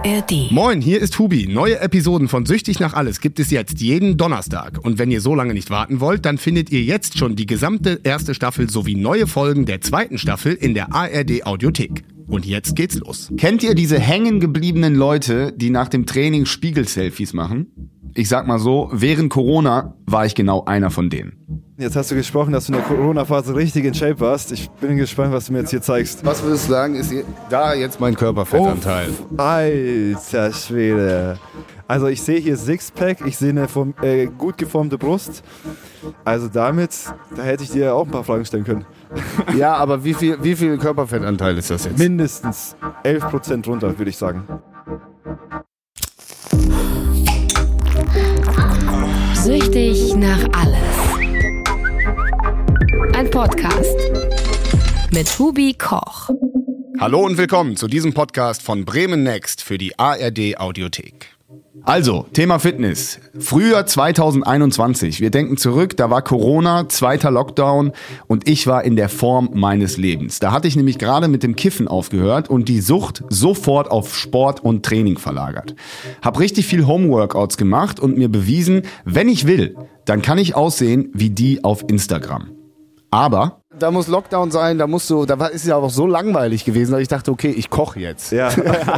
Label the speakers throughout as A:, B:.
A: ARD.
B: Moin, hier ist Hubi. Neue Episoden von Süchtig nach Alles gibt es jetzt jeden Donnerstag. Und wenn ihr so lange nicht warten wollt, dann findet ihr jetzt schon die gesamte erste Staffel sowie neue Folgen der zweiten Staffel in der ARD Audiothek. Und jetzt geht's los.
C: Kennt ihr diese hängen gebliebenen Leute, die nach dem Training Spiegel-Selfies machen? Ich sag mal so, während Corona war ich genau einer von denen.
D: Jetzt hast du gesprochen, dass du in der Corona-Phase richtig in Shape warst. Ich bin gespannt, was du mir jetzt hier zeigst.
B: Was würdest du sagen, ist da jetzt mein Körperfettanteil?
D: Oh, alter Schwede. Also ich sehe hier Sixpack, ich sehe eine gut geformte Brust. Also da hätte ich dir auch ein paar Fragen stellen können.
B: Ja, aber wie viel Körperfettanteil ist das jetzt?
D: Mindestens 11% runter, würde ich sagen.
A: Süchtig nach Alles. Ein Podcast mit Hubi Koch.
B: Hallo und willkommen zu diesem Podcast von Bremen Next für die ARD Audiothek.
C: Also, Thema Fitness. Frühjahr 2021. Wir denken zurück, da war Corona, zweiter Lockdown und ich war in der Form meines Lebens. Da hatte ich nämlich gerade mit dem Kiffen aufgehört und die Sucht sofort auf Sport und Training verlagert. Hab richtig viel Homeworkouts gemacht und mir bewiesen, wenn ich will, dann kann ich aussehen wie die auf Instagram. Aber
B: da muss Lockdown sein, ist es ja auch so langweilig gewesen, dass ich dachte, okay, ich koche jetzt.
D: Ja.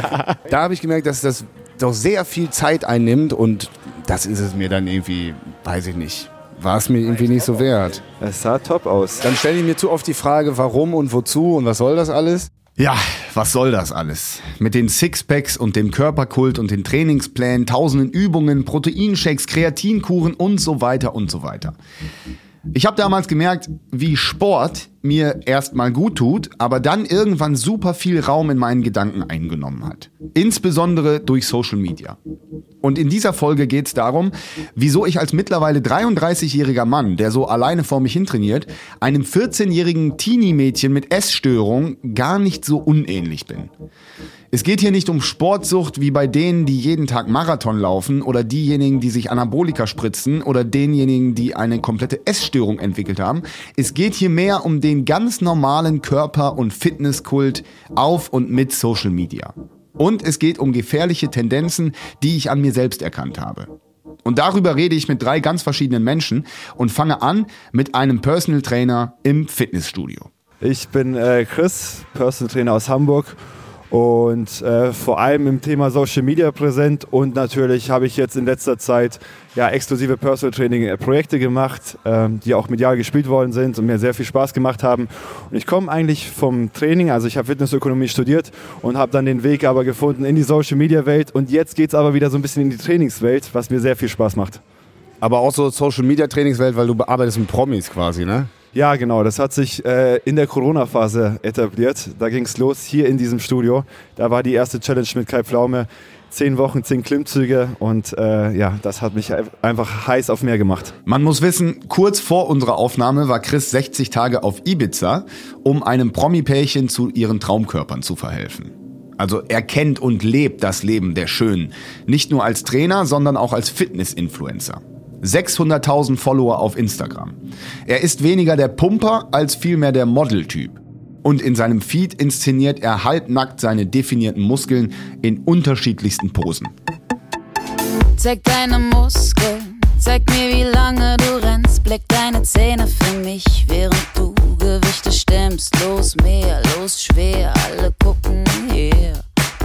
B: Da habe ich gemerkt, dass das doch sehr viel Zeit einnimmt und das ist es mir dann irgendwie, weiß ich nicht, war es mir irgendwie nicht so wert.
D: Es sah top aus.
B: Dann stelle ich mir zu oft die Frage, warum und wozu und was soll das alles?
C: ja, was soll das alles? Mit den Sixpacks und dem Körperkult und den Trainingsplänen, tausenden Übungen, Proteinshakes, Kreatinkuren und so weiter und so weiter. Ich habe damals gemerkt, wie Sport mir erstmal gut tut, aber dann irgendwann super viel Raum in meinen Gedanken eingenommen hat. Insbesondere durch Social Media. Und in dieser Folge geht es darum, wieso ich als mittlerweile 33-jähriger Mann, der so alleine vor mich hin trainiert, einem 14-jährigen Teenie-Mädchen mit Essstörung gar nicht so unähnlich bin. Es geht hier nicht um Sportsucht wie bei denen, die jeden Tag Marathon laufen oder diejenigen, die sich Anabolika spritzen oder denjenigen, die eine komplette Essstörung entwickelt haben. Es geht hier mehr um den ganz normalen Körper- und Fitnesskult auf und mit Social Media. Und es geht um gefährliche Tendenzen, die ich an mir selbst erkannt habe. Und darüber rede ich mit 3 ganz verschiedenen Menschen und fange an mit einem Personal Trainer im Fitnessstudio.
D: Ich bin Chris, Personal Trainer aus Hamburg. Und vor allem im Thema Social Media präsent und natürlich habe ich jetzt in letzter Zeit exklusive Personal Training Projekte gemacht, die auch medial gespielt worden sind und mir sehr viel Spaß gemacht haben. Und ich komme eigentlich vom Training, also ich habe Fitnessökonomie studiert und habe dann den Weg aber gefunden in die Social Media Welt und jetzt geht es aber wieder so ein bisschen in die Trainingswelt, was mir sehr viel Spaß macht.
B: Aber auch so Social Media Trainingswelt, weil du bearbeitest mit Promis quasi, ne?
D: Ja, genau. Das hat sich in der Corona-Phase etabliert. Da ging es los hier in diesem Studio. Da war die erste Challenge mit Kai Pflaume. 10 Wochen, 10 Klimmzüge und das hat mich einfach heiß auf mehr gemacht.
C: Man muss wissen, kurz vor unserer Aufnahme war Chris 60 Tage auf Ibiza, um einem Promi-Pärchen zu ihren Traumkörpern zu verhelfen. Also er kennt und lebt das Leben der Schönen. Nicht nur als Trainer, sondern auch als Fitness-Influencer. 600.000 Follower auf Instagram. Er ist weniger der Pumper als vielmehr der Modeltyp. Und in seinem Feed inszeniert er halbnackt seine definierten Muskeln in unterschiedlichsten Posen.
E: Zeig deine Muskeln, zeig mir, wie lange du rennst. Blick deine Zähne für mich, während du Gewichte stemmst. Los mehr, los schwer, alle gucken her.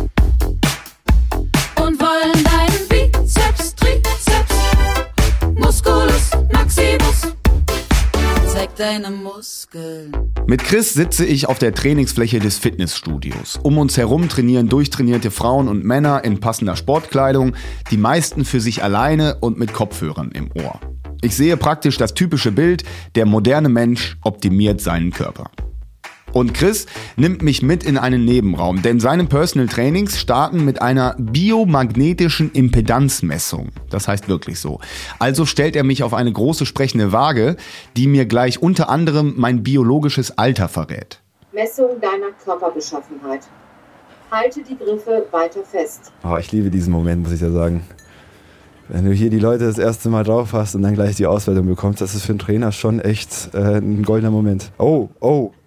E: Und wollen deinen Bizeps, Trizeps, Musculus Maximus. Zeig deine Muskeln.
C: Mit Chris sitze ich auf der Trainingsfläche des Fitnessstudios. Um uns herum trainieren durchtrainierte Frauen und Männer in passender Sportkleidung, die meisten für sich alleine und mit Kopfhörern im Ohr. Ich sehe praktisch das typische Bild, der moderne Mensch optimiert seinen Körper. Und Chris nimmt mich mit in einen Nebenraum, denn seine Personal Trainings starten mit einer biomagnetischen Impedanzmessung. Das heißt wirklich so. Also stellt er mich auf eine große sprechende Waage, die mir gleich unter anderem mein biologisches Alter verrät.
F: Messung deiner Körperbeschaffenheit. Halte die Griffe weiter fest.
D: Oh, ich liebe diesen Moment, muss ich ja sagen. Wenn du hier die Leute das erste Mal drauf hast und dann gleich die Auswertung bekommst, das ist für einen Trainer schon echt ein goldener Moment.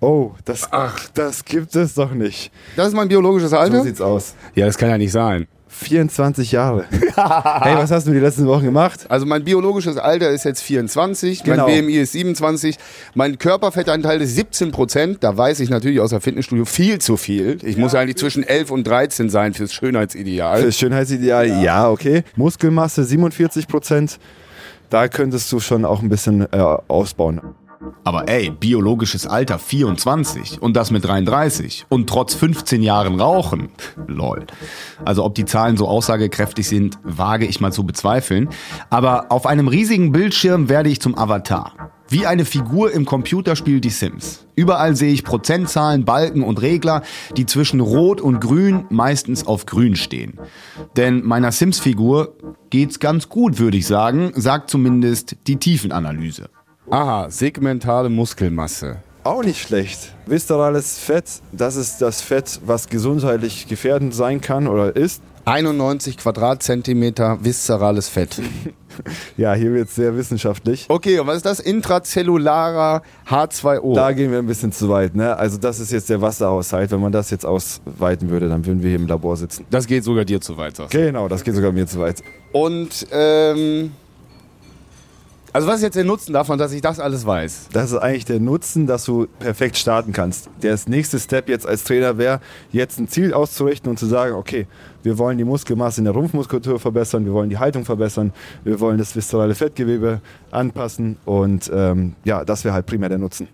D: Das gibt es doch nicht.
B: Das ist mein biologisches Alter?
D: So sieht's aus.
B: Ja, das kann ja nicht sein.
D: 24 Jahre. Hey, was hast du die letzten Wochen gemacht?
C: Also mein biologisches Alter ist jetzt 24,
D: Genau.
C: mein BMI ist 27, mein Körperfettanteil ist 17%. Da weiß ich natürlich aus der Fitnessstudio viel zu viel. Ich muss eigentlich zwischen 11 und 13 sein fürs Schönheitsideal.
D: Fürs Schönheitsideal, ja, okay. Muskelmasse 47%. Da könntest du schon auch ein bisschen ausbauen.
C: Aber ey, biologisches Alter 24 und das mit 33 und trotz 15 Jahren Rauchen. Lol. Also ob die Zahlen so aussagekräftig sind, wage ich mal zu bezweifeln. Aber auf einem riesigen Bildschirm werde ich zum Avatar. Wie eine Figur im Computerspiel Die Sims. Überall sehe ich Prozentzahlen, Balken und Regler, die zwischen Rot und Grün meistens auf Grün stehen. Denn meiner Sims-Figur geht's ganz gut, würde ich sagen, sagt zumindest die Tiefenanalyse. Aha, segmentale Muskelmasse.
D: Auch nicht schlecht. Viszerales Fett, das ist das Fett, was gesundheitlich gefährdend sein kann oder ist.
C: 91 Quadratzentimeter viszerales Fett.
D: Ja, hier wird es sehr wissenschaftlich.
C: Okay, und was ist das? Intrazellularer H2O.
D: Da gehen wir ein bisschen zu weit, ne? Also das ist jetzt der Wasserhaushalt. Wenn man das jetzt ausweiten würde, dann würden wir hier im Labor sitzen.
C: Das geht sogar dir zu weit, sagst du.
D: Genau, das geht sogar mir zu weit.
C: Und, also was ist jetzt der Nutzen davon, dass ich das alles weiß?
D: Das ist eigentlich der Nutzen, dass du perfekt starten kannst. Der nächste Step jetzt als Trainer wäre, jetzt ein Ziel auszurichten und zu sagen, okay, wir wollen die Muskelmasse in der Rumpfmuskulatur verbessern, wir wollen die Haltung verbessern, wir wollen das viszerale Fettgewebe anpassen und ja, das wäre halt primär der Nutzen.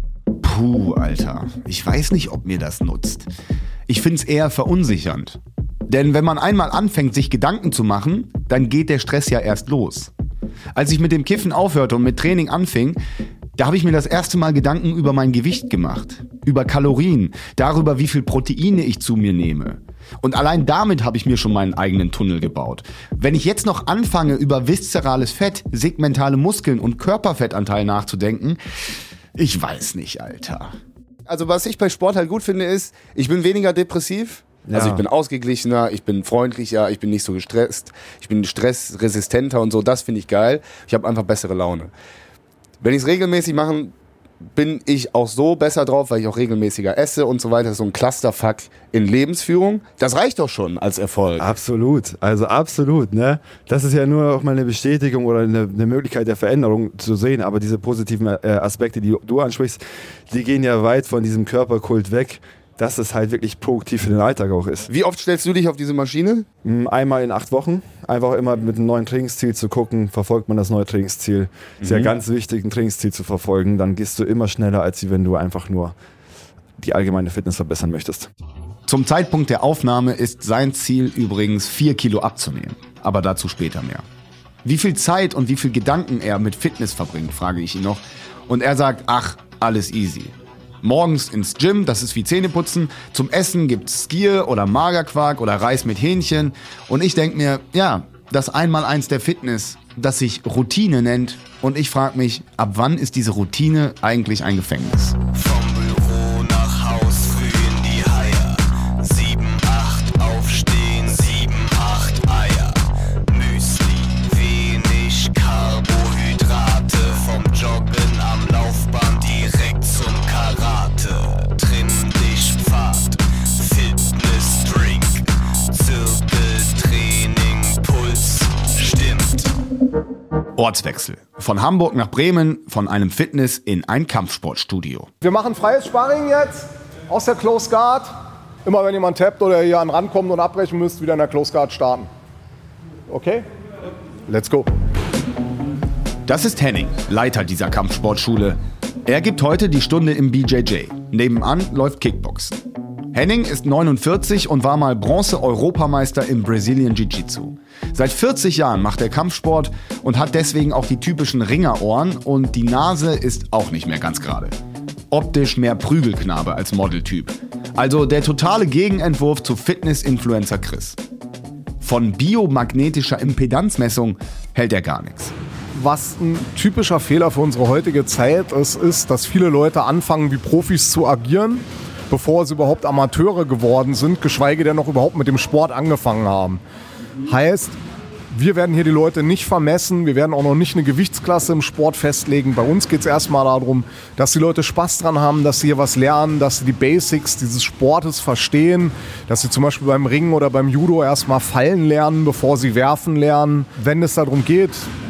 C: Puh, Alter. Ich weiß nicht, ob mir das nutzt. Ich find's eher verunsichernd. Denn wenn man einmal anfängt, sich Gedanken zu machen, dann geht der Stress ja erst los. Als ich mit dem Kiffen aufhörte und mit Training anfing, da habe ich mir das erste Mal Gedanken über mein Gewicht gemacht, über Kalorien, darüber, wie viel Proteine ich zu mir nehme. Und allein damit habe ich mir schon meinen eigenen Tunnel gebaut. Wenn ich jetzt noch anfange, über viszerales Fett, segmentale Muskeln und Körperfettanteil nachzudenken, ich weiß nicht, Alter. Also was ich bei Sport halt gut finde ist, ich bin weniger depressiv.
D: Ja.
C: Also ich bin ausgeglichener, ich bin freundlicher, ich bin nicht so gestresst, ich bin stressresistenter und so, das finde ich geil. Ich habe einfach bessere Laune. Wenn ich es regelmäßig mache, bin ich auch so besser drauf, weil ich auch regelmäßiger esse und so weiter. Das ist so ein Clusterfuck in Lebensführung. Das reicht doch schon als Erfolg.
D: Absolut, also absolut, ne? Das ist ja nur auch mal eine Bestätigung oder eine Möglichkeit der Veränderung zu sehen, aber diese positiven Aspekte, die du ansprichst, die gehen ja weit von diesem Körperkult weg, dass es halt wirklich produktiv für den Alltag auch ist.
C: Wie oft stellst du dich auf diese Maschine?
D: Einmal in 8 Wochen. Einfach immer mit einem neuen Trainingsziel zu gucken, verfolgt man das neue Trainingsziel. Ist ja ganz wichtig, ein Trainingsziel zu verfolgen. Dann gehst du immer schneller, als wenn du einfach nur die allgemeine Fitness verbessern möchtest.
C: Zum Zeitpunkt der Aufnahme ist sein Ziel übrigens 4 Kilo abzunehmen. Aber dazu später mehr. Wie viel Zeit und wie viel Gedanken er mit Fitness verbringt, frage ich ihn noch. Und er sagt, ach, alles easy. Morgens ins Gym, das ist wie Zähneputzen. Zum Essen gibt's Skier oder Magerquark oder Reis mit Hähnchen. Und ich denk mir, ja, das Einmaleins der Fitness, das sich Routine nennt. Und ich frage mich, ab wann ist diese Routine eigentlich ein Gefängnis?
G: Vom Büro nach Haus, früh in die Haie. 7, 8 aufstehen, 7, 8 Eier. Müsli, wenig Carbohydrate. Vom Joggen am Laufband direkt zum Karate. Trimm dich Pfad, Fitnessdrink. Zirkeltraining, Puls stimmt.
C: Ortswechsel. Von Hamburg nach Bremen, von einem Fitness in ein Kampfsportstudio.
H: Wir machen freies Sparring jetzt aus der Close Guard. Immer wenn jemand tappt oder hier an den Rand kommt und abbrechen müsst, wieder in der Close Guard starten. Okay? Let's go.
C: Das ist Henning, Leiter dieser Kampfsportschule. Er gibt heute die Stunde im BJJ. Nebenan läuft Kickboxen. Henning ist 49 und war mal Bronze-Europameister im Brazilian Jiu-Jitsu. Seit 40 Jahren macht er Kampfsport und hat deswegen auch die typischen Ringerohren und die Nase ist auch nicht mehr ganz gerade. Optisch mehr Prügelknabe als Modeltyp. Also der totale Gegenentwurf zu Fitness-Influencer Chris. Von biomagnetischer Impedanzmessung hält er gar nichts.
H: Was ein typischer Fehler für unsere heutige Zeit ist, dass viele Leute anfangen, wie Profis zu agieren, bevor sie überhaupt Amateure geworden sind, geschweige denn noch überhaupt mit dem Sport angefangen haben. Heißt, Wir werden hier die Leute nicht vermessen, wir werden auch noch nicht eine Gewichtsklasse im Sport festlegen. Bei uns geht es erstmal darum, dass die Leute Spaß dran haben, dass sie hier was lernen, dass sie die Basics dieses Sportes verstehen, dass sie zum Beispiel beim Ringen oder beim Judo erstmal fallen lernen, bevor sie werfen lernen. Wenn es darum geht,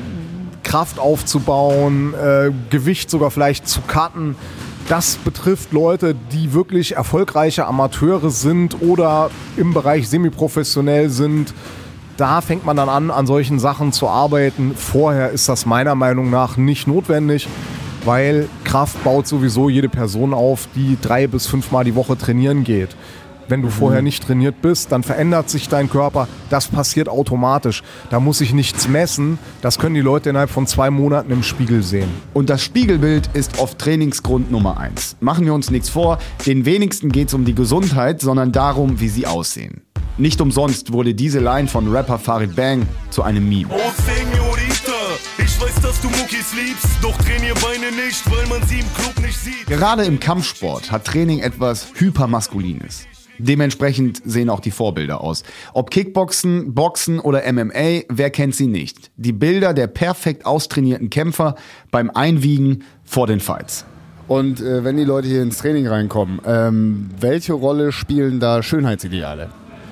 H: Kraft aufzubauen, Gewicht sogar vielleicht zu cutten, das betrifft Leute, die wirklich erfolgreiche Amateure sind oder im Bereich semiprofessionell sind. Da fängt man dann an solchen Sachen zu arbeiten. Vorher ist das meiner Meinung nach nicht notwendig, weil Kraft baut sowieso jede Person auf, die 3 bis 5 Mal die Woche trainieren geht. Wenn du vorher nicht trainiert bist, dann verändert sich dein Körper. Das passiert automatisch. Da muss ich nichts messen. Das können die Leute innerhalb von 2 Monaten im Spiegel sehen.
C: Und das Spiegelbild ist oft Trainingsgrund Nummer 1. Machen wir uns nichts vor, den wenigsten geht es um die Gesundheit, sondern darum, wie sie aussehen. Nicht umsonst wurde diese Line von Rapper Farid Bang zu einem Meme.
G: Oh Señorita, ich weiß, dass du Muckis liebst, doch trainier Beine nicht, weil man sie im Club nicht sieht.
C: Gerade im Kampfsport hat Training etwas Hypermaskulines. Dementsprechend sehen auch die Vorbilder aus. Ob Kickboxen, Boxen oder MMA, wer kennt sie nicht? Die Bilder der perfekt austrainierten Kämpfer beim Einwiegen vor den Fights.
B: Und wenn die Leute hier ins Training reinkommen, welche Rolle spielen da Schönheitsideale?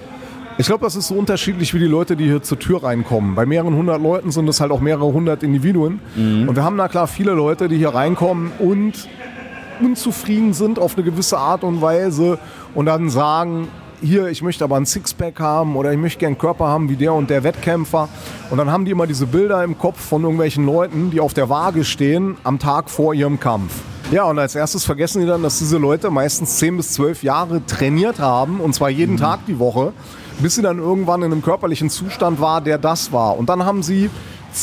H: Ich glaube, das ist so unterschiedlich wie die Leute, die hier zur Tür reinkommen. Bei mehreren 100 Leuten sind es halt auch mehrere 100 Individuen. Und wir haben da klar viele Leute, die hier reinkommen und unzufrieden sind auf eine gewisse Art und Weise und dann sagen, hier, ich möchte aber ein Sixpack haben oder ich möchte gerne einen Körper haben wie der und der Wettkämpfer. Und dann haben die immer diese Bilder im Kopf von irgendwelchen Leuten, die auf der Waage stehen am Tag vor ihrem Kampf. Ja, und als erstes vergessen die dann, dass diese Leute meistens 10 bis 12 Jahre trainiert haben, und zwar jeden Tag die Woche, bis sie dann irgendwann in einem körperlichen Zustand war, der das war. Und dann haben sie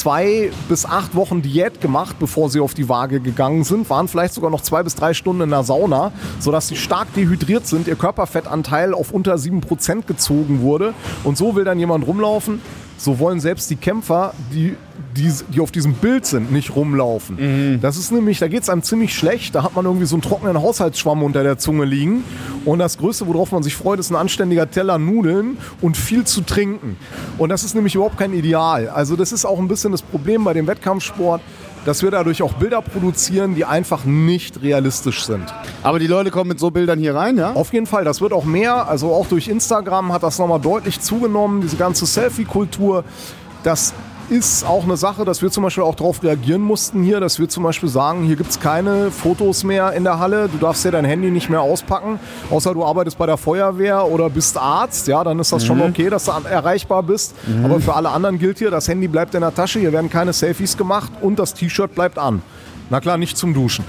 H: 2 bis 8 Wochen Diät gemacht, bevor sie auf die Waage gegangen sind, waren vielleicht sogar noch 2 bis 3 Stunden in der Sauna, sodass sie stark dehydriert sind, ihr Körperfettanteil auf unter 7% gezogen wurde. Und so will dann jemand rumlaufen. So wollen selbst die Kämpfer, die auf diesem Bild sind, nicht rumlaufen. Das ist nämlich, da geht es einem ziemlich schlecht. Da hat man irgendwie so einen trockenen Haushaltsschwamm unter der Zunge liegen. Und das Größte, worauf man sich freut, ist ein anständiger Teller Nudeln und viel zu trinken. Und das ist nämlich überhaupt kein Ideal. Also das ist auch ein bisschen das Problem bei dem Wettkampfsport, dass wir dadurch auch Bilder produzieren, die einfach nicht realistisch sind.
B: Aber die Leute kommen mit so Bildern hier rein, ja?
H: Auf jeden Fall, das wird auch mehr. Also auch durch Instagram hat das nochmal deutlich zugenommen, diese ganze Selfie-Kultur. Das ist auch eine Sache, dass wir zum Beispiel auch darauf reagieren mussten hier, dass wir zum Beispiel sagen, hier gibt es keine Fotos mehr in der Halle, du darfst ja dein Handy nicht mehr auspacken, außer du arbeitest bei der Feuerwehr oder bist Arzt, ja, dann ist das schon okay, dass du erreichbar bist, aber für alle anderen gilt hier, das Handy bleibt in der Tasche, hier werden keine Selfies gemacht und das T-Shirt bleibt an. Na klar, nicht zum Duschen.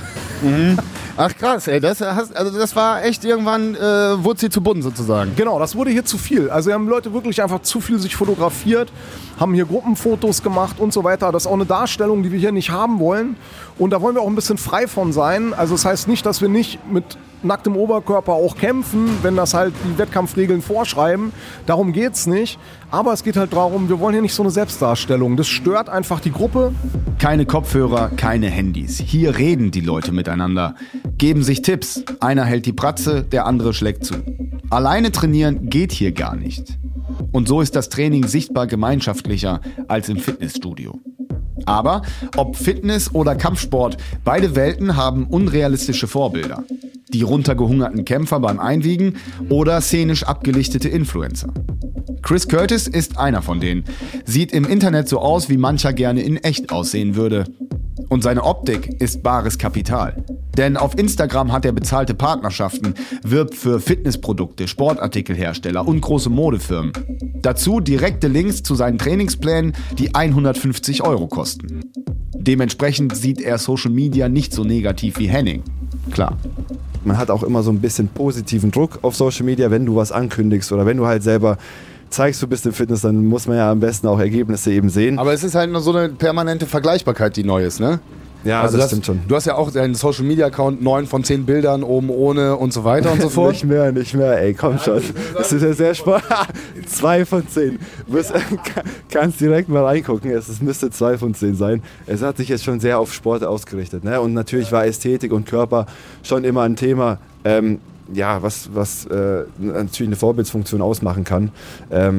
B: Ach krass, ey, das war echt irgendwann, wurde sie zu bunt sozusagen.
H: Genau, das wurde hier zu viel. Also haben Leute wirklich einfach zu viel sich fotografiert, haben hier Gruppenfotos gemacht und so weiter. Das ist auch eine Darstellung, die wir hier nicht haben wollen. Und da wollen wir auch ein bisschen frei von sein. Also das heißt nicht, dass wir nicht mit nacktem Oberkörper auch kämpfen, wenn das halt die Wettkampfregeln vorschreiben. Darum geht's nicht. Aber es geht halt darum, wir wollen hier nicht so eine Selbstdarstellung. Das stört einfach die Gruppe.
C: Keine Kopfhörer, keine Handys. Hier reden die Leute miteinander, geben sich Tipps. Einer hält die Pratze, der andere schlägt zu. Alleine trainieren geht hier gar nicht. Und so ist das Training sichtbar gemeinschaftlicher als im Fitnessstudio. Aber ob Fitness oder Kampfsport, beide Welten haben unrealistische Vorbilder. Die runtergehungerten Kämpfer beim Einwiegen oder szenisch abgelichtete Influencer. Chris Curtis ist einer von denen. Sieht im Internet so aus, wie mancher gerne in echt aussehen würde. Und seine Optik ist bares Kapital. Denn auf Instagram hat er bezahlte Partnerschaften, wirbt für Fitnessprodukte, Sportartikelhersteller und große Modefirmen. Dazu direkte Links zu seinen Trainingsplänen, die 150 € kosten. Dementsprechend sieht er Social Media nicht so negativ wie Henning. Klar.
D: Man hat auch immer so ein bisschen positiven Druck auf Social Media, wenn du was ankündigst oder wenn du halt selber zeigst, du bist im Fitness, dann muss man ja am besten auch Ergebnisse eben sehen.
B: Aber es ist halt noch so eine permanente Vergleichbarkeit, die neu ist, ne?
D: Ja, also das stimmt schon.
B: Du hast ja auch deinen Social-Media-Account 9 von 10 Bildern oben ohne und so weiter und so fort.
D: Nicht mehr, ey, komm schon. Das ist ja sehr spannend. 2 von 10. Du kannst direkt mal reingucken, es müsste 2 von 10 sein. Es hat sich jetzt schon sehr auf Sport ausgerichtet, ne? Und natürlich war Ästhetik und Körper schon immer ein Thema, was natürlich eine Vorbildfunktion ausmachen kann.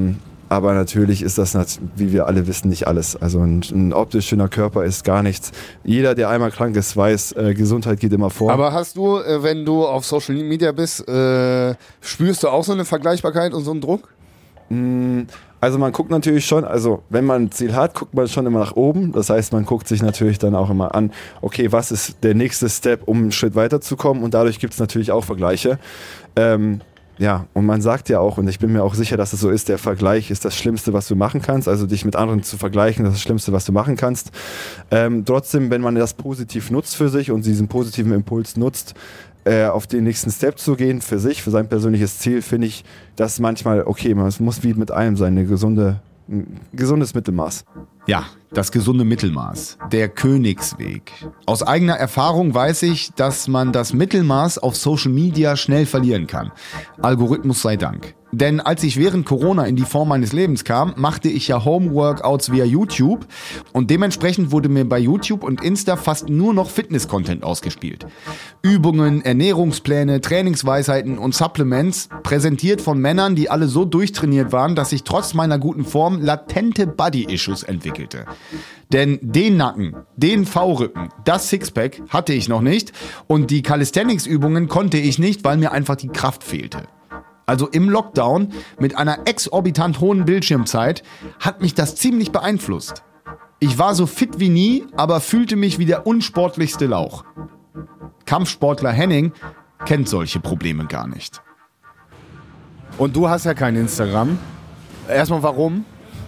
D: Aber natürlich ist das, wie wir alle wissen, nicht alles. Also ein optisch schöner Körper ist gar nichts. Jeder, der einmal krank ist, weiß, Gesundheit geht immer vor.
C: Aber hast du, wenn du auf Social Media bist, spürst du auch so eine Vergleichbarkeit und so einen Druck?
D: Also man guckt natürlich schon, also wenn man ein Ziel hat, guckt man schon immer nach oben. Das heißt, man guckt sich natürlich dann auch immer an, okay, was ist der nächste Step, um einen Schritt weiterzukommen? Und dadurch gibt es natürlich auch Vergleiche. Ja, und man sagt ja auch, und ich bin mir auch sicher, dass es so ist, der Vergleich ist das Schlimmste, was du machen kannst. Also dich mit anderen zu vergleichen, das ist das Schlimmste, was du machen kannst. Trotzdem, wenn man das positiv nutzt für sich und diesen positiven Impuls nutzt, auf den nächsten Step zu gehen, für sich, für sein persönliches Ziel, finde ich das manchmal okay. Es muss wie mit allem sein, ein gesundes Mittelmaß.
C: Ja, das gesunde Mittelmaß. Der Königsweg. Aus eigener Erfahrung weiß ich, dass man das Mittelmaß auf Social Media schnell verlieren kann. Algorithmus sei Dank. Denn als ich während Corona in die Form meines Lebens kam, machte ich ja Home-Workouts via YouTube und dementsprechend wurde mir bei YouTube und Insta fast nur noch Fitness-Content ausgespielt. Übungen, Ernährungspläne, Trainingsweisheiten und Supplements, präsentiert von Männern, die alle so durchtrainiert waren, dass ich trotz meiner guten Form latente Body-Issues entwickelte. Denn den Nacken, den V-Rücken, das Sixpack hatte ich noch nicht und die Calisthenics-Übungen konnte ich nicht, weil mir einfach die Kraft fehlte. Also im Lockdown mit einer exorbitant hohen Bildschirmzeit hat mich das ziemlich beeinflusst. Ich war so fit wie nie, aber fühlte mich wie der unsportlichste Lauch. Kampfsportler Henning kennt solche Probleme gar nicht. Und du hast ja kein Instagram. Erstmal warum?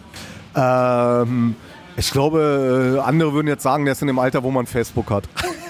H: Ich glaube, andere würden jetzt sagen, der ist in dem Alter, wo man Facebook hat.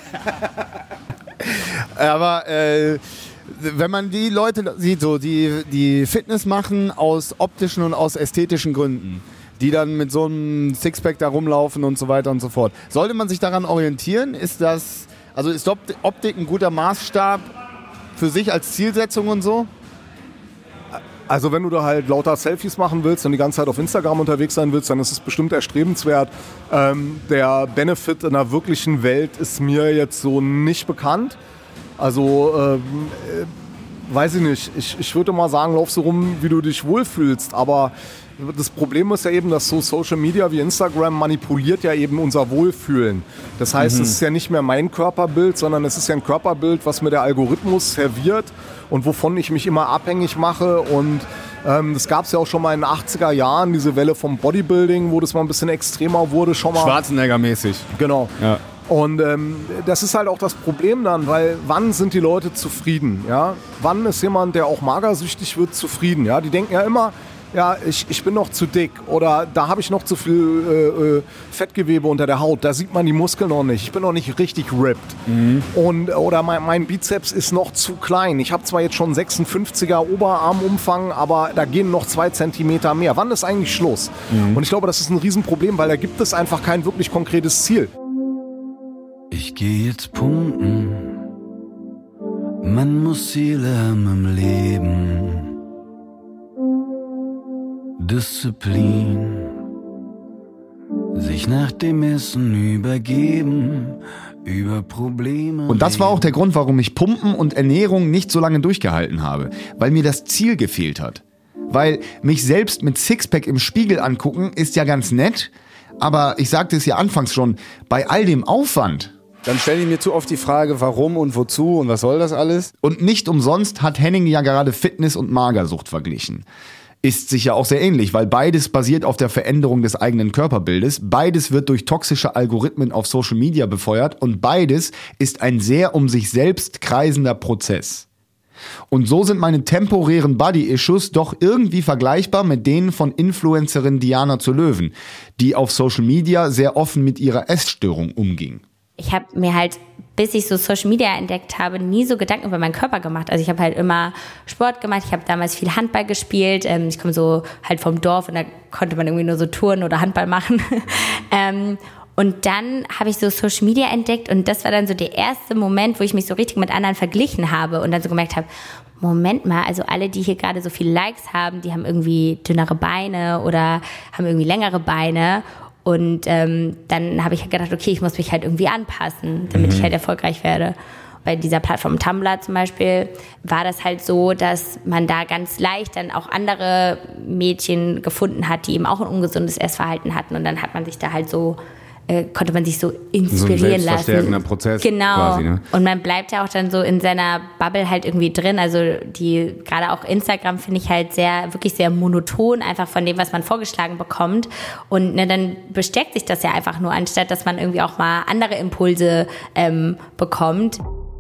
C: Aber wenn man die Leute sieht, so die Fitness machen aus optischen und aus ästhetischen Gründen, die dann mit so einem Sixpack da rumlaufen und so weiter und so fort, sollte man sich daran orientieren? Ist Optik ein guter Maßstab für sich als Zielsetzung und so?
H: Also wenn du da halt lauter Selfies machen willst und die ganze Zeit auf Instagram unterwegs sein willst, dann ist es bestimmt erstrebenswert. Der Benefit in der wirklichen Welt ist mir jetzt so nicht bekannt. Also, weiß ich nicht. Ich würde mal sagen, lauf so rum, wie du dich wohlfühlst. Aber das Problem ist ja eben, dass so Social Media wie Instagram manipuliert ja eben unser Wohlfühlen. Das heißt, es ist ja nicht mehr mein Körperbild, sondern es ist ja ein Körperbild, was mir der Algorithmus serviert und wovon ich mich immer abhängig mache. Und das gab es ja auch schon mal in den 80er Jahren, diese Welle vom Bodybuilding, wo das mal ein bisschen extremer wurde. Schon mal
C: Schwarzenegger-mäßig.
H: Genau.
C: Ja.
H: Und das ist halt auch das Problem dann, weil wann sind die Leute zufrieden? Ja? Wann ist jemand, der auch magersüchtig wird, zufrieden? Ja? Die denken ja immer, ja, ich bin noch zu dick oder da habe ich noch zu viel Fettgewebe unter der Haut, da sieht man die Muskeln noch nicht, ich bin noch nicht richtig ripped. Oder mein Bizeps ist noch zu klein. Ich habe zwar jetzt schon 56er Oberarmumfang, aber da gehen noch 2 Zentimeter mehr. Wann ist eigentlich Schluss? Und ich glaube, das ist ein Riesenproblem, weil da gibt es einfach kein wirklich konkretes Ziel.
I: Ich geh jetzt pumpen, man muss Ziele haben im Leben. Disziplin, sich nach dem Essen übergeben, über Probleme.
C: Und das war auch der Grund, warum ich Pumpen und Ernährung nicht so lange durchgehalten habe, weil mir das Ziel gefehlt hat. Weil mich selbst mit Sixpack im Spiegel angucken ist ja ganz nett, aber ich sagte es ja anfangs schon, bei all dem Aufwand.
B: Dann stelle ich mir zu oft die Frage, warum und wozu und was soll das alles?
C: Und nicht umsonst hat Henning ja gerade Fitness und Magersucht verglichen. Ist sicher auch sehr ähnlich, weil beides basiert auf der Veränderung des eigenen Körperbildes, beides wird durch toxische Algorithmen auf Social Media befeuert und beides ist ein sehr um sich selbst kreisender Prozess. Und so sind meine temporären Body-Issues doch irgendwie vergleichbar mit denen von Influencerin Diana zu Löwen, die auf Social Media sehr offen mit ihrer Essstörung umging.
J: Ich habe mir halt, bis ich so Social Media entdeckt habe, nie so Gedanken über meinen Körper gemacht. Also ich habe halt immer Sport gemacht. Ich habe damals viel Handball gespielt. Ich komme so halt vom Dorf und da konnte man irgendwie nur so Touren oder Handball machen. Und dann habe ich so Social Media entdeckt und das war dann so der erste Moment, wo ich mich so richtig mit anderen verglichen habe und dann so gemerkt habe, Moment mal, also alle, die hier gerade so viele Likes haben, die haben irgendwie dünnere Beine oder haben irgendwie längere Beine. Und dann habe ich halt gedacht, okay, ich muss mich halt irgendwie anpassen, damit ich halt erfolgreich werde. bei dieser Plattform Tumblr zum Beispiel war das halt so, dass man da ganz leicht dann auch andere Mädchen gefunden hat, die eben auch ein ungesundes Essverhalten hatten. Und dann hat man sich da halt so, konnte man sich so inspirieren
C: so ein selbstverstärkender
J: lassen.
C: Prozess.
J: Genau.
C: Quasi, ne?
J: Und man bleibt ja auch dann so in seiner Bubble halt irgendwie drin. Also gerade auch Instagram finde ich halt wirklich sehr monoton, einfach von dem, was man vorgeschlagen bekommt. Und dann bestärkt sich das ja einfach nur, anstatt dass man irgendwie auch mal andere Impulse bekommt.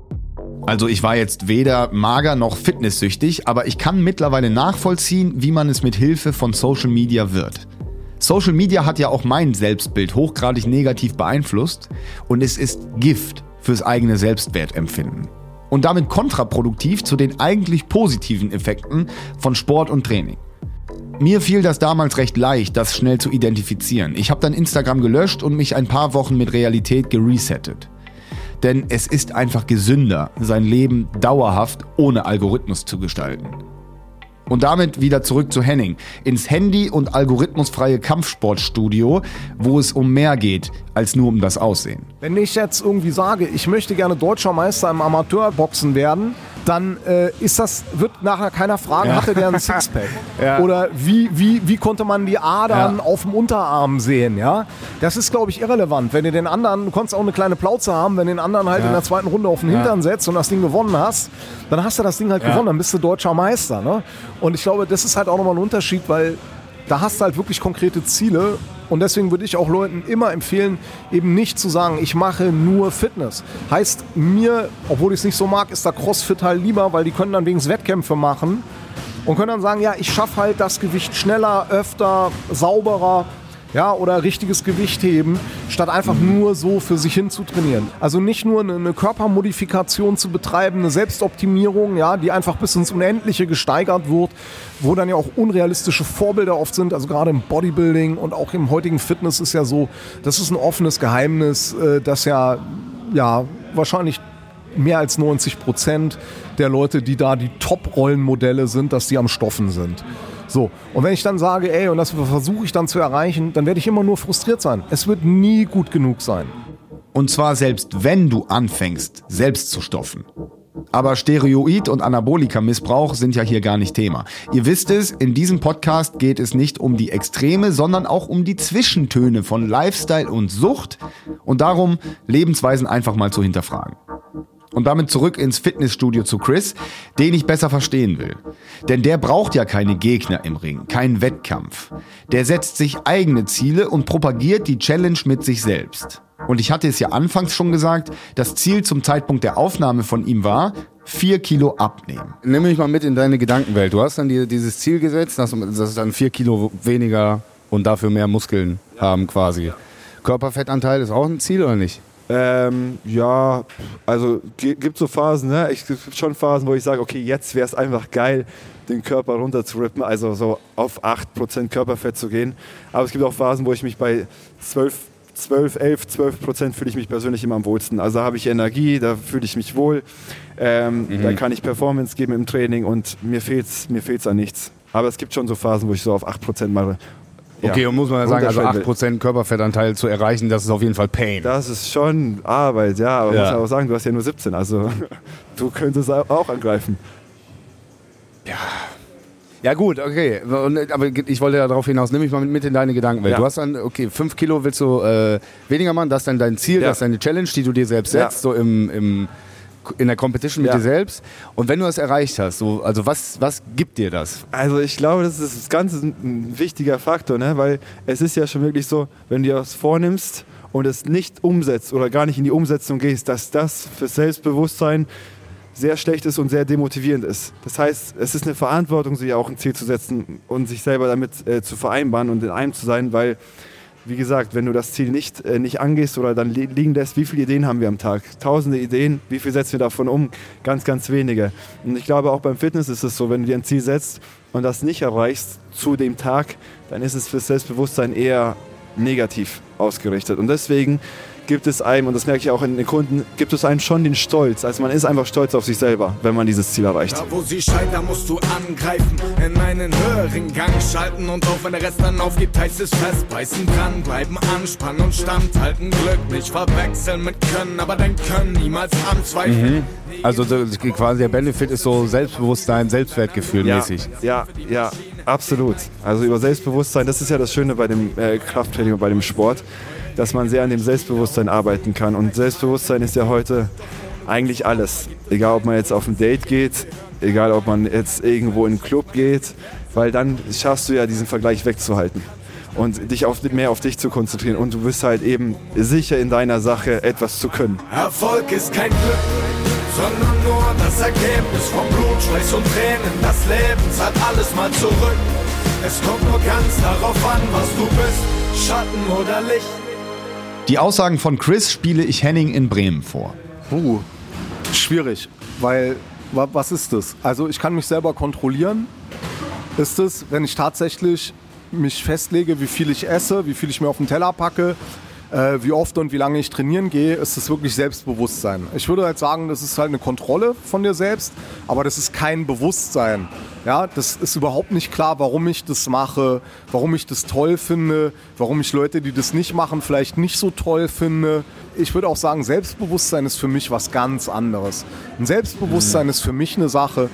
C: Also ich war jetzt weder mager noch fitnesssüchtig, aber ich kann mittlerweile nachvollziehen, wie man es mit Hilfe von Social Media wird. Social Media hat ja auch mein Selbstbild hochgradig negativ beeinflusst und es ist Gift fürs eigene Selbstwertempfinden. Und damit kontraproduktiv zu den eigentlich positiven Effekten von Sport und Training. Mir fiel das damals recht leicht, das schnell zu identifizieren. Ich habe dann Instagram gelöscht und mich ein paar Wochen mit Realität geresettet. Denn es ist einfach gesünder, sein Leben dauerhaft ohne Algorithmus zu gestalten. Und damit wieder zurück zu Henning, ins handy- und algorithmusfreie Kampfsportstudio, wo es um mehr geht, als nur um das Aussehen.
H: Wenn ich jetzt irgendwie sage, ich möchte gerne Deutscher Meister im Amateurboxen werden, dann wird nachher keiner fragen, hatte der einen Sixpack? Ja. Oder wie konnte man die Adern auf dem Unterarm sehen? Ja? Das ist, glaube ich, irrelevant. Wenn du den anderen, du konntest auch eine kleine Plauze haben, wenn du den anderen halt in der zweiten Runde auf den Hintern setzt und das Ding gewonnen hast, dann hast du das Ding halt gewonnen, dann bist du Deutscher Meister. Ne? Und ich glaube, das ist halt auch nochmal ein Unterschied, weil da hast du halt wirklich konkrete Ziele. Und deswegen würde ich auch Leuten immer empfehlen, eben nicht zu sagen, ich mache nur Fitness. Heißt mir, obwohl ich es nicht so mag, ist da CrossFit halt lieber, weil die können dann wenigstens Wettkämpfe machen und können dann sagen, ja, ich schaffe halt das Gewicht schneller, öfter, sauberer. Ja, oder richtiges Gewicht heben, statt einfach nur so für sich hin zu trainieren. Also nicht nur eine Körpermodifikation zu betreiben, eine Selbstoptimierung, ja, die einfach bis ins Unendliche gesteigert wird, wo dann ja auch unrealistische Vorbilder oft sind. Also gerade im Bodybuilding und auch im heutigen Fitness ist ja so, das ist ein offenes Geheimnis, dass ja wahrscheinlich mehr als 90% der Leute, die da die Top-Rollenmodelle sind, dass die am Stoffen sind. So, und wenn ich dann sage, ey, und das versuche ich dann zu erreichen, dann werde ich immer nur frustriert sein. Es wird nie gut genug sein.
C: Und zwar selbst wenn du anfängst, selbst zu stoffen. Aber Steroid- und Anabolika-Missbrauch sind ja hier gar nicht Thema. Ihr wisst es, in diesem Podcast geht es nicht um die Extreme, sondern auch um die Zwischentöne von Lifestyle und Sucht und darum, Lebensweisen einfach mal zu hinterfragen. Und damit zurück ins Fitnessstudio zu Chris, den ich besser verstehen will. Denn der braucht ja keine Gegner im Ring, keinen Wettkampf. Der setzt sich eigene Ziele und propagiert die Challenge mit sich selbst. Und ich hatte es ja anfangs schon gesagt, das Ziel zum Zeitpunkt der Aufnahme von ihm war, 4 Kilo abnehmen.
B: Nimm mich mal mit in deine Gedankenwelt. Du hast dann dieses Ziel gesetzt, dass dann 4 Kilo weniger und dafür mehr Muskeln haben quasi. Körperfettanteil ist auch ein Ziel oder nicht?
D: Ja, also gibt so Phasen, ne? Es gibt schon Phasen, wo ich sage, okay, jetzt wäre es einfach geil, den Körper runterzurippen, also so auf 8% Körperfett zu gehen. Aber es gibt auch Phasen, wo ich mich bei 12% fühle ich mich persönlich immer am wohlsten. Also da habe ich Energie, da fühle ich mich wohl, da kann ich Performance geben im Training und mir fehlt's an nichts. Aber es gibt schon so Phasen, wo ich so auf 8% mache.
B: Okay, und muss man ja sagen, also 8% Körperfettanteil zu erreichen, das ist auf jeden Fall Pain.
D: Das ist schon Arbeit, ja, aber muss man auch sagen, du hast ja nur 17, also du könntest auch angreifen.
B: Ja gut, okay, aber ich wollte ja darauf hinaus, nimm mich mal mit in deine Gedankenwelt. Du hast dann, okay, 5 Kilo willst du weniger machen, das ist dann dein Ziel, das ist deine Challenge, die du dir selbst setzt, so in der Competition mit dir selbst. Und wenn du es erreicht hast, so, also was gibt dir das?
D: Also ich glaube, das ist das Ganze ein wichtiger Faktor, ne? Weil es ist ja schon wirklich so, wenn du dir was vornimmst und es nicht umsetzt oder gar nicht in die Umsetzung gehst, dass das für Selbstbewusstsein sehr schlecht ist und sehr demotivierend ist. Das heißt, es ist eine Verantwortung, sich auch ein Ziel zu setzen und sich selber damit zu vereinbaren und in einem zu sein, weil wie gesagt, wenn du das Ziel nicht angehst oder dann liegen lässt, wie viele Ideen haben wir am Tag? Tausende Ideen, wie viel setzen wir davon um? Ganz, ganz wenige. Und ich glaube, auch beim Fitness ist es so, wenn du dir ein Ziel setzt und das nicht erreichst zu dem Tag, dann ist es fürs Selbstbewusstsein eher negativ ausgerichtet. Und deswegen gibt es einem, und das merke ich auch in den Kunden, gibt es einem schon den Stolz. Also man ist einfach stolz auf sich selber, wenn man dieses Ziel erreicht.
K: Da wo sie scheitern, musst du angreifen, in einen höheren Gang schalten und auch wenn der Rest dann aufgibt, heißt es festbeißen, dranbleiben, anspannen und standhalten, Glück nicht verwechseln mit Können, aber dein Können niemals anzweifeln.
C: Also quasi der Benefit ist so Selbstbewusstsein, Selbstwertgefühl mäßig.
D: Ja, absolut. Also über Selbstbewusstsein, das ist ja das Schöne bei dem Krafttraining und bei dem Sport, dass man sehr an dem Selbstbewusstsein arbeiten kann. Und Selbstbewusstsein ist ja heute eigentlich alles. Egal, ob man jetzt auf ein Date geht, egal, ob man jetzt irgendwo in einen Club geht, weil dann schaffst du ja diesen Vergleich wegzuhalten und dich mehr auf dich zu konzentrieren. Und du bist halt eben sicher in deiner Sache, etwas zu können.
K: Erfolg ist kein Glück, sondern nur das Ergebnis von Blut, Schweiß und Tränen. Das Leben zahlt alles mal zurück. Es kommt nur ganz darauf an, was du bist, Schatten oder Licht.
C: Die Aussagen von Chris spiele ich Henning in Bremen vor.
H: Schwierig, weil was ist das? Also ich kann mich selber kontrollieren. Ist es, wenn ich tatsächlich mich festlege, wie viel ich esse, wie viel ich mir auf den Teller packe, wie oft und wie lange ich trainieren gehe, ist es wirklich Selbstbewusstsein. Ich würde halt sagen, das ist halt eine Kontrolle von dir selbst, aber das ist kein Bewusstsein. Ja, das ist überhaupt nicht klar, warum ich das mache, warum ich das toll finde, warum ich Leute, die das nicht machen, vielleicht nicht so toll finde. Ich würde auch sagen, Selbstbewusstsein ist für mich was ganz anderes. Ein Selbstbewusstsein ist für mich eine Sache,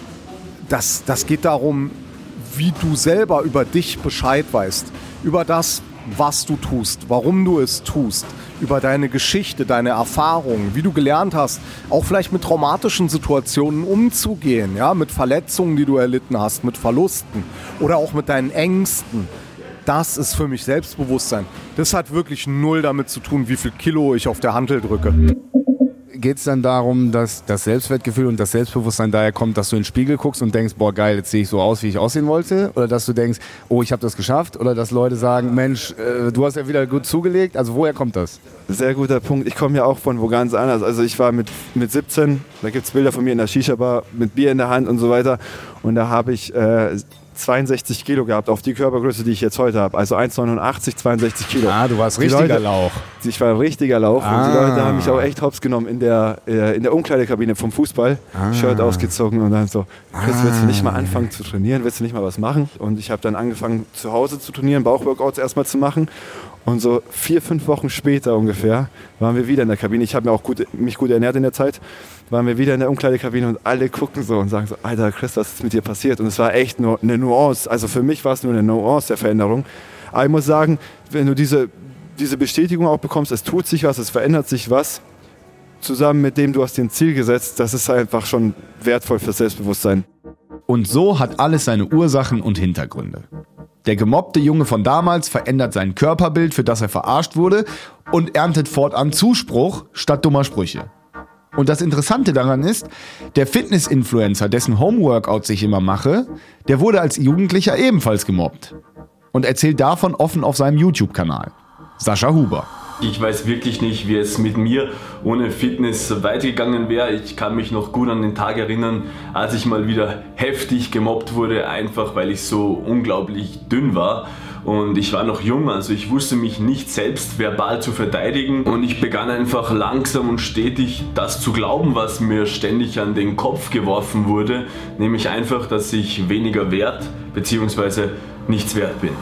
H: das geht darum, wie du selber über dich Bescheid weißt, über das, was du tust, warum du es tust, über deine Geschichte, deine Erfahrungen, wie du gelernt hast, auch vielleicht mit traumatischen Situationen umzugehen, ja, mit Verletzungen, die du erlitten hast, mit Verlusten oder auch mit deinen Ängsten. Das ist für mich Selbstbewusstsein. Das hat wirklich null damit zu tun, wie viel Kilo ich auf der Hantel drücke.
C: Geht es dann darum, dass das Selbstwertgefühl und das Selbstbewusstsein daher kommt, dass du in den Spiegel guckst und denkst, boah geil, jetzt sehe ich so aus, wie ich aussehen wollte? Oder dass du denkst, oh, ich habe das geschafft? Oder dass Leute sagen, Mensch, du hast ja wieder gut zugelegt? Also woher kommt das?
D: Sehr guter Punkt. Ich komme ja auch von wo ganz anders. Also ich war mit 17, da gibt es Bilder von mir in der Shisha-Bar mit Bier in der Hand und so weiter. Und da habe ich 62 Kilo gehabt auf die Körpergröße, die ich jetzt heute habe. Also 1,89, 62 Kilo.
C: Ah, du warst richtiger Lauch.
D: Ich war ein richtiger Lauch. Und die Leute haben mich auch echt hops genommen in der Umkleidekabine vom Fußball. Shirt ausgezogen und dann so, Chris, willst du nicht mal anfangen zu trainieren? Willst du nicht mal was machen? Und ich habe dann angefangen, zu Hause zu trainieren, Bauchworkouts erstmal zu machen. Und so 4-5 Wochen später ungefähr waren wir wieder in der Kabine. Ich habe mich gut ernährt in der Zeit. Waren wir wieder in der Umkleidekabine und alle gucken so und sagen so, Alter Chris, was ist mit dir passiert? Und es war echt nur eine Nuance. Also für mich war es nur eine Nuance der Veränderung. Aber ich muss sagen, wenn du diese Bestätigung auch bekommst, es tut sich was, es verändert sich was, zusammen mit dem du hast dir ein Ziel gesetzt, das ist einfach schon wertvoll fürs Selbstbewusstsein.
C: Und so hat alles seine Ursachen und Hintergründe. Der gemobbte Junge von damals verändert sein Körperbild, für das er verarscht wurde, und erntet fortan Zuspruch statt dummer Sprüche. Und das Interessante daran ist, der Fitness-Influencer, dessen Homeworkouts ich immer mache, der wurde als Jugendlicher ebenfalls gemobbt. Und erzählt davon offen auf seinem YouTube-Kanal. Sascha Huber.
L: Ich weiß wirklich nicht, wie es mit mir ohne Fitness weitergegangen wäre. Ich kann mich noch gut an den Tag erinnern, als ich mal wieder heftig gemobbt wurde, einfach weil ich so unglaublich dünn war. Und ich war noch jung, also ich wusste mich nicht selbst verbal zu verteidigen. Und ich begann einfach langsam und stetig das zu glauben, was mir ständig an den Kopf geworfen wurde. Nämlich einfach, dass ich weniger wert bzw. nichts wert bin.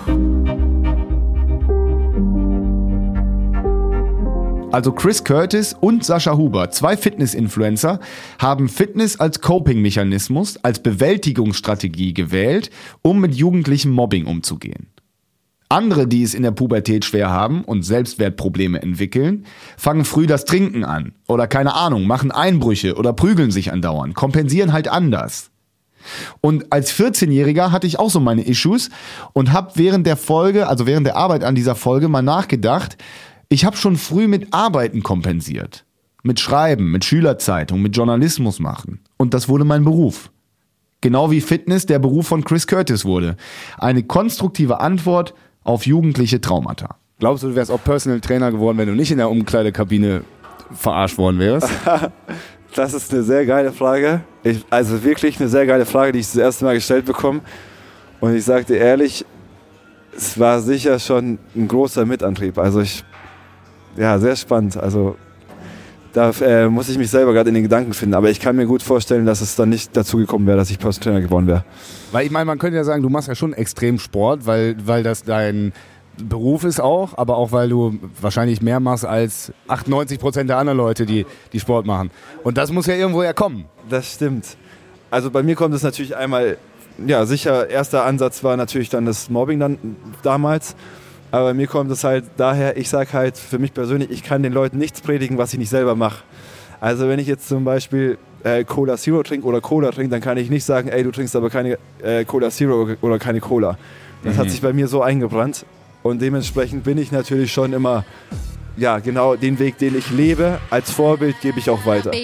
C: Also Chris Curtis und Sascha Huber, 2 Fitness-Influencer, haben Fitness als Coping-Mechanismus, als Bewältigungsstrategie gewählt, um mit jugendlichem Mobbing umzugehen. Andere, die es in der Pubertät schwer haben und Selbstwertprobleme entwickeln, fangen früh das Trinken an oder keine Ahnung, machen Einbrüche oder prügeln sich andauernd, kompensieren halt anders. Und als 14-Jähriger hatte ich auch so meine Issues und habe während der Arbeit an dieser Folge mal nachgedacht, ich habe schon früh mit Arbeiten kompensiert. Mit Schreiben, mit Schülerzeitung, mit Journalismus machen. Und das wurde mein Beruf. Genau wie Fitness der Beruf von Chris Curtis wurde. Eine konstruktive Antwort auf jugendliche Traumata. Glaubst du, du wärst auch Personal Trainer geworden, wenn du nicht in der Umkleidekabine verarscht worden wärst?
D: Das ist eine sehr geile Frage. Also wirklich eine sehr geile Frage, die ich das erste Mal gestellt bekomme. Und ich sage dir ehrlich, es war sicher schon ein großer Mitantrieb. Also ja, sehr spannend. Also da muss ich mich selber gerade in den Gedanken finden. Aber ich kann mir gut vorstellen, dass es dann nicht dazu gekommen wäre, dass ich Personal Trainer geworden wäre.
C: Weil ich meine, man könnte ja sagen, du machst ja schon extrem Sport, weil das dein Beruf ist auch, aber auch weil du wahrscheinlich mehr machst als 98% der anderen Leute, die Sport machen. Und das muss ja irgendwo herkommen.
D: Das stimmt. Also bei mir kommt es natürlich einmal, ja sicher, erster Ansatz war natürlich dann das Mobbing dann damals. Aber bei mir kommt es halt daher, ich sage halt für mich persönlich, ich kann den Leuten nichts predigen, was ich nicht selber mache. Also wenn ich jetzt zum Beispiel Cola Zero trinke oder Cola trinke, dann kann ich nicht sagen, ey, du trinkst aber keine Cola Zero oder keine Cola. Das hat sich bei mir so eingebrannt. Und dementsprechend bin ich natürlich schon immer, ja genau, den Weg, den ich lebe, als Vorbild gebe ich auch weiter.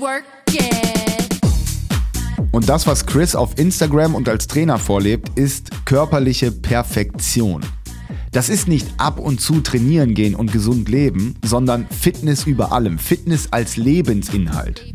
C: Und das, was Chris auf Instagram und als Trainer vorlebt, ist körperliche Perfektion. Das ist nicht ab und zu trainieren gehen und gesund leben, sondern Fitness über allem, Fitness als Lebensinhalt.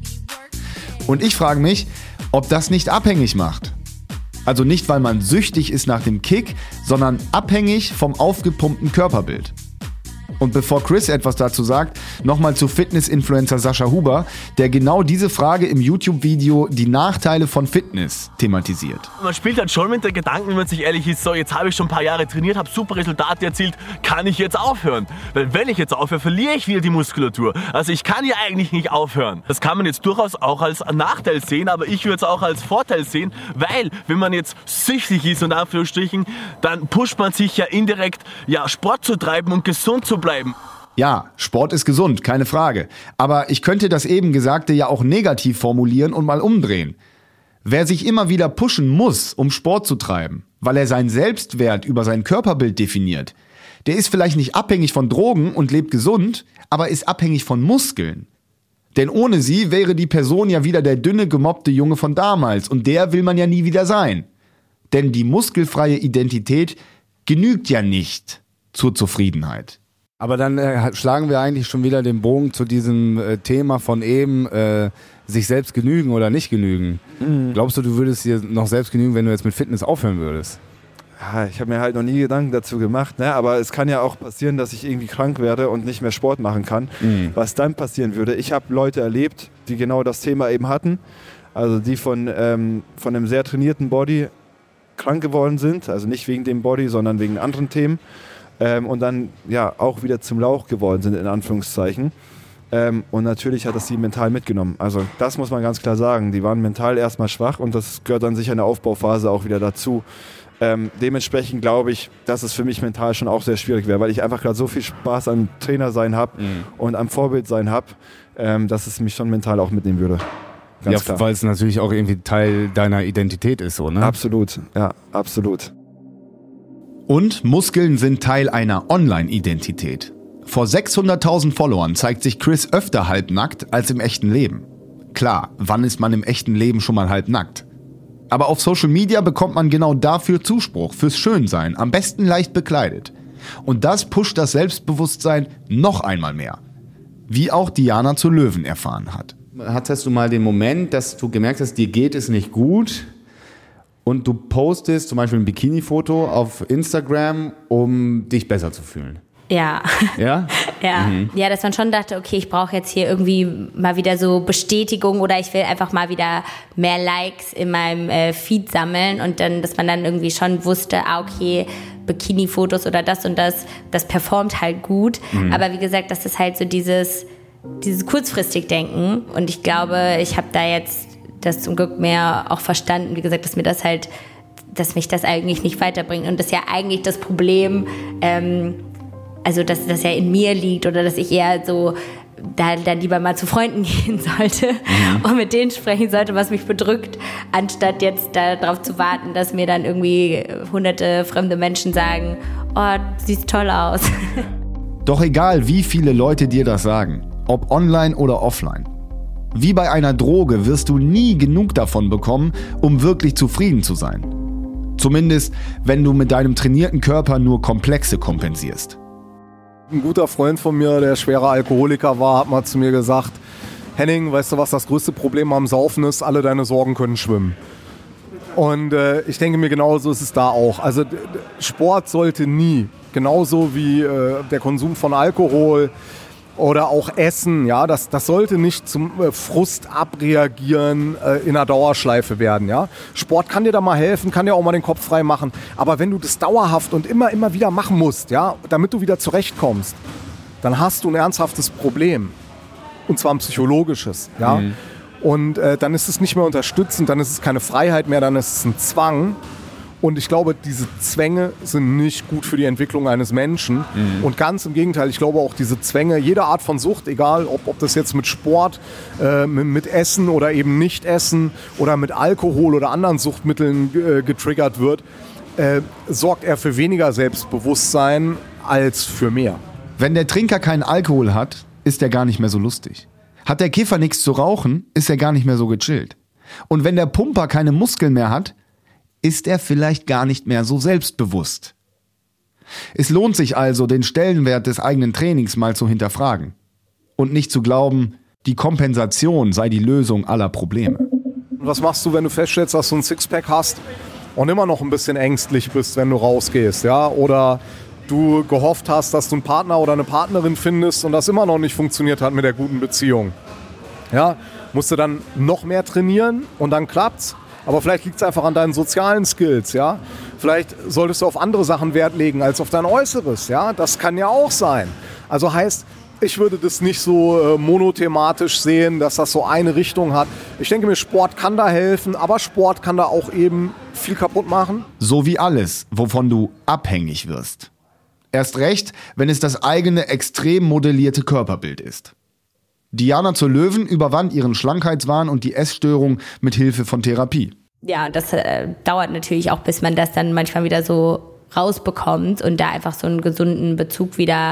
C: Und ich frage mich, ob das nicht abhängig macht. Also nicht, weil man süchtig ist nach dem Kick, sondern abhängig vom aufgepumpten Körperbild. Und bevor Chris etwas dazu sagt, nochmal zu Fitness-Influencer Sascha Huber, der genau diese Frage im YouTube-Video Die Nachteile von Fitness thematisiert.
M: Man spielt halt schon mit der Gedanken, wenn man sich ehrlich ist, so jetzt habe ich schon ein paar Jahre trainiert, habe super Resultate erzielt, kann ich jetzt aufhören? Weil wenn ich jetzt aufhöre, verliere ich wieder die Muskulatur. Also ich kann ja eigentlich nicht aufhören. Das kann man jetzt durchaus auch als Nachteil sehen, aber ich würde es auch als Vorteil sehen, weil wenn man jetzt süchtig ist, unter Anführungsstrichen, dann pusht man sich ja indirekt, ja, Sport zu treiben und gesund zu bleiben.
C: Ja, Sport ist gesund, keine Frage. Aber ich könnte das eben Gesagte ja auch negativ formulieren und mal umdrehen. Wer sich immer wieder pushen muss, um Sport zu treiben, weil er seinen Selbstwert über sein Körperbild definiert, der ist vielleicht nicht abhängig von Drogen und lebt gesund, aber ist abhängig von Muskeln. Denn ohne sie wäre die Person ja wieder der dünne, gemobbte Junge von damals und der will man ja nie wieder sein. Denn die muskelfreie Identität genügt ja nicht zur Zufriedenheit. Aber dann schlagen wir eigentlich schon wieder den Bogen zu diesem Thema von eben, sich selbst genügen oder nicht genügen. Glaubst du würdest dir noch selbst genügen, wenn du jetzt mit Fitness aufhören würdest?
D: Ja, ich habe mir halt noch nie Gedanken dazu gemacht, ne? Aber es kann ja auch passieren, dass ich irgendwie krank werde und nicht mehr Sport machen kann. Was dann passieren würde, ich habe Leute erlebt, die genau das Thema eben hatten, also die von einem sehr trainierten Body krank geworden sind, also nicht wegen dem Body, sondern wegen anderen Themen. Und dann ja auch wieder zum Lauch geworden sind, in Anführungszeichen. Und natürlich hat das sie mental mitgenommen. Also das muss man ganz klar sagen. Die waren mental erstmal schwach und das gehört dann sicher in der Aufbauphase auch wieder dazu. Dementsprechend glaube ich, dass es für mich mental schon auch sehr schwierig wäre, weil ich einfach gerade so viel Spaß am Trainer sein habe und am Vorbild sein habe, dass es mich schon mental auch mitnehmen würde.
C: Ganz klar. Weil es natürlich auch irgendwie Teil deiner Identität ist, so, ne?
D: Absolut, ja, absolut.
C: Und Muskeln sind Teil einer Online-Identität. Vor 600.000 Followern zeigt sich Chris öfter halbnackt als im echten Leben. Klar, wann ist man im echten Leben schon mal halbnackt? Aber auf Social Media bekommt man genau dafür Zuspruch, fürs Schönsein, am besten leicht bekleidet. Und das pusht das Selbstbewusstsein noch einmal mehr. Wie auch Diana zu Löwen erfahren hat. Hattest du mal den Moment, dass du gemerkt hast, dir geht es nicht gut? Und du postest zum Beispiel ein Bikini-Foto auf Instagram, um dich besser zu fühlen.
J: Ja.
C: Ja?
J: Ja. Ja, dass man schon dachte, okay, ich brauche jetzt hier irgendwie mal wieder so Bestätigung oder ich will einfach mal wieder mehr Likes in meinem Feed sammeln und dann, dass man dann irgendwie schon wusste, okay, Bikini-Fotos oder das und das performt halt gut. Aber wie gesagt, das ist halt so dieses kurzfristig Denken und ich glaube, ich habe da jetzt das zum Glück mehr auch verstanden, wie gesagt, dass mich das eigentlich nicht weiterbringt und das ist ja eigentlich das Problem, also dass das ja in mir liegt oder dass ich eher so da dann lieber mal zu Freunden gehen sollte und mit denen sprechen sollte, was mich bedrückt, anstatt jetzt darauf zu warten, dass mir dann irgendwie hunderte fremde Menschen sagen, oh, du siehst toll aus.
C: Doch egal, wie viele Leute dir das sagen, ob online oder offline, wie bei einer Droge wirst du nie genug davon bekommen, um wirklich zufrieden zu sein. Zumindest, wenn du mit deinem trainierten Körper nur Komplexe kompensierst.
H: Ein guter Freund von mir, der schwerer Alkoholiker war, hat mal zu mir gesagt, Henning, weißt du, was das größte Problem am Saufen ist? Alle deine Sorgen können schwimmen. Und ich denke mir, genauso ist es da auch. Also Sport sollte nie, genauso wie der Konsum von Alkohol, oder auch Essen, ja, das sollte nicht zum Frust abreagieren in einer Dauerschleife werden, ja. Sport kann dir da mal helfen, kann dir auch mal den Kopf frei machen, aber wenn du das dauerhaft und immer wieder machen musst, ja, damit du wieder zurechtkommst, dann hast du ein ernsthaftes Problem. Und zwar ein psychologisches, ja. Mhm. Und dann ist es nicht mehr unterstützend, dann ist es keine Freiheit mehr, dann ist es ein Zwang. Und ich glaube, diese Zwänge sind nicht gut für die Entwicklung eines Menschen. Mhm. Und ganz im Gegenteil, ich glaube auch diese Zwänge, jede Art von Sucht, egal ob das jetzt mit Sport, mit Essen oder eben nicht Essen oder mit Alkohol oder anderen Suchtmitteln getriggert wird, sorgt er für weniger Selbstbewusstsein als für mehr.
C: Wenn der Trinker keinen Alkohol hat, ist er gar nicht mehr so lustig. Hat der Kiffer nichts zu rauchen, ist er gar nicht mehr so gechillt. Und wenn der Pumper keine Muskeln mehr hat, ist er vielleicht gar nicht mehr so selbstbewusst. Es lohnt sich also, den Stellenwert des eigenen Trainings mal zu hinterfragen und nicht zu glauben, die Kompensation sei die Lösung aller Probleme.
H: Was machst du, wenn du feststellst, dass du ein Sixpack hast und immer noch ein bisschen ängstlich bist, wenn du rausgehst, ja? Oder du gehofft hast, dass du einen Partner oder eine Partnerin findest und das immer noch nicht funktioniert hat mit der guten Beziehung. Ja, musst du dann noch mehr trainieren und dann klappt's. Aber vielleicht liegt es einfach an deinen sozialen Skills, ja. Vielleicht solltest du auf andere Sachen Wert legen als auf dein Äußeres, ja. Das kann ja auch sein. Also heißt, ich würde das nicht so monothematisch sehen, dass das so eine Richtung hat. Ich denke mir, Sport kann da helfen, aber Sport kann da auch eben viel kaputt machen.
C: So wie alles, wovon du abhängig wirst. Erst recht, wenn es das eigene extrem modellierte Körperbild ist. Diana zur Löwen überwand ihren Schlankheitswahn und die Essstörung mit Hilfe von Therapie.
J: Ja, das dauert natürlich auch, bis man das dann manchmal wieder so rausbekommt und da einfach so einen gesunden Bezug wieder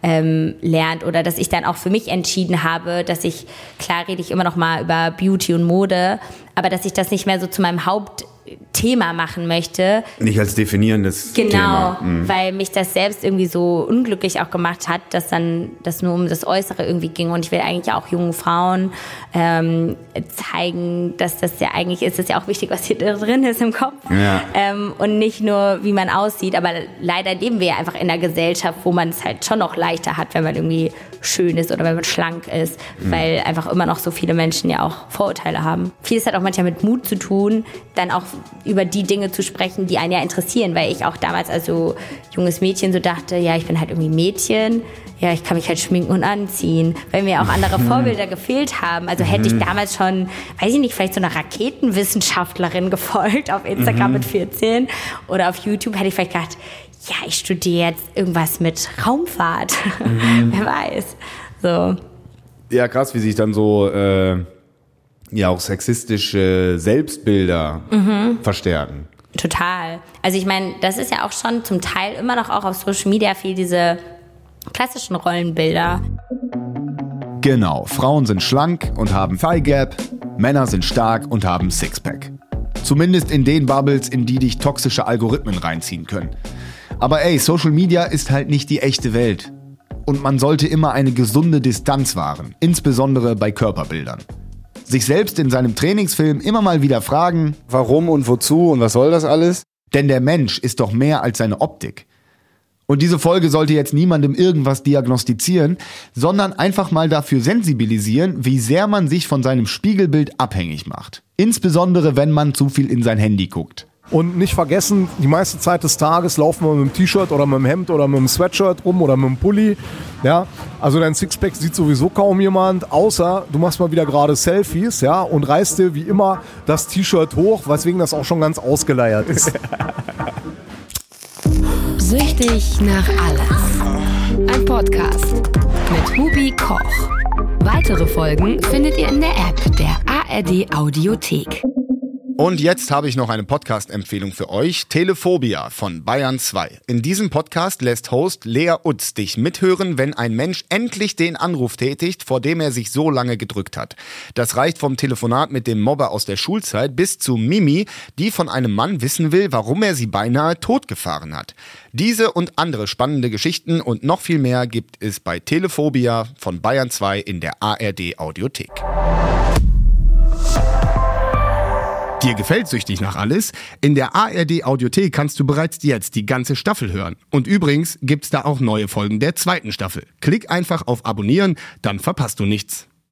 J: lernt. Oder dass ich dann auch für mich entschieden habe, dass ich, klar rede ich immer noch mal über Beauty und Mode, aber dass ich das nicht mehr so zu meinem Hauptthema machen möchte.
C: Nicht als definierendes Thema.
J: Genau, weil mich das selbst irgendwie so unglücklich auch gemacht hat, dass dann das nur um das Äußere irgendwie ging. Und ich will eigentlich auch jungen Frauen zeigen, dass das ja eigentlich ist, das ist ja auch wichtig, was hier drin ist im Kopf. Ja. Und nicht nur, wie man aussieht. Aber leider leben wir ja einfach in einer Gesellschaft, wo man es halt schon noch leichter hat, wenn man irgendwie schön ist oder wenn man schlank ist, weil einfach immer noch so viele Menschen ja auch Vorurteile haben. Vieles hat auch manchmal mit Mut zu tun, dann auch über die Dinge zu sprechen, die einen ja interessieren, weil ich auch damals als so junges Mädchen so dachte, ja, ich bin halt irgendwie Mädchen, ja, ich kann mich halt schminken und anziehen, weil mir auch andere Vorbilder gefehlt haben. Also hätte ich damals schon, weiß ich nicht, vielleicht so einer Raketenwissenschaftlerin gefolgt auf Instagram mit 14 oder auf YouTube, hätte ich vielleicht gedacht, ja, ich studiere jetzt irgendwas mit Raumfahrt. Wer weiß. So.
C: Ja, krass, wie sich dann so ja auch sexistische Selbstbilder verstärken.
J: Total. Also ich meine, das ist ja auch schon zum Teil immer noch auch auf Social Media viel diese klassischen Rollenbilder.
C: Genau, Frauen sind schlank und haben Thigh Gap, Männer sind stark und haben Sixpack. Zumindest in den Bubbles, in die dich toxische Algorithmen reinziehen können. Aber ey, Social Media ist halt nicht die echte Welt. Und man sollte immer eine gesunde Distanz wahren, insbesondere bei Körperbildern. Sich selbst in seinem Trainingsfilm immer mal wieder fragen,
D: warum und wozu und was soll das alles?
C: Denn der Mensch ist doch mehr als seine Optik. Und diese Folge sollte jetzt niemandem irgendwas diagnostizieren, sondern einfach mal dafür sensibilisieren, wie sehr man sich von seinem Spiegelbild abhängig macht. Insbesondere, wenn man zu viel in sein Handy guckt.
H: Und nicht vergessen, die meiste Zeit des Tages laufen wir mit dem T-Shirt oder mit dem Hemd oder mit dem Sweatshirt rum oder mit dem Pulli. Ja, also dein Sixpack sieht sowieso kaum jemand, außer du machst mal wieder gerade Selfies, ja, und reißt dir wie immer das T-Shirt hoch, weswegen das auch schon ganz ausgeleiert ist.
A: Süchtig nach alles. Ein Podcast mit Hubi Koch. Weitere Folgen findet ihr in der App der ARD Audiothek.
B: Und jetzt habe ich noch eine Podcast-Empfehlung für euch, Telephobia von Bayern 2. In diesem Podcast lässt Host Lea Utz dich mithören, wenn ein Mensch endlich den Anruf tätigt, vor dem er sich so lange gedrückt hat. Das reicht vom Telefonat mit dem Mobber aus der Schulzeit bis zu Mimi, die von einem Mann wissen will, warum er sie beinahe totgefahren hat. Diese und andere spannende Geschichten und noch viel mehr gibt es bei Telephobia von Bayern 2 in der ARD Audiothek. Dir gefällt Süchtig nach alles? In der ARD Audiothek kannst du bereits jetzt die ganze Staffel hören. Und übrigens gibt's da auch neue Folgen der 2. Staffel. Klick einfach auf Abonnieren, dann verpasst du nichts.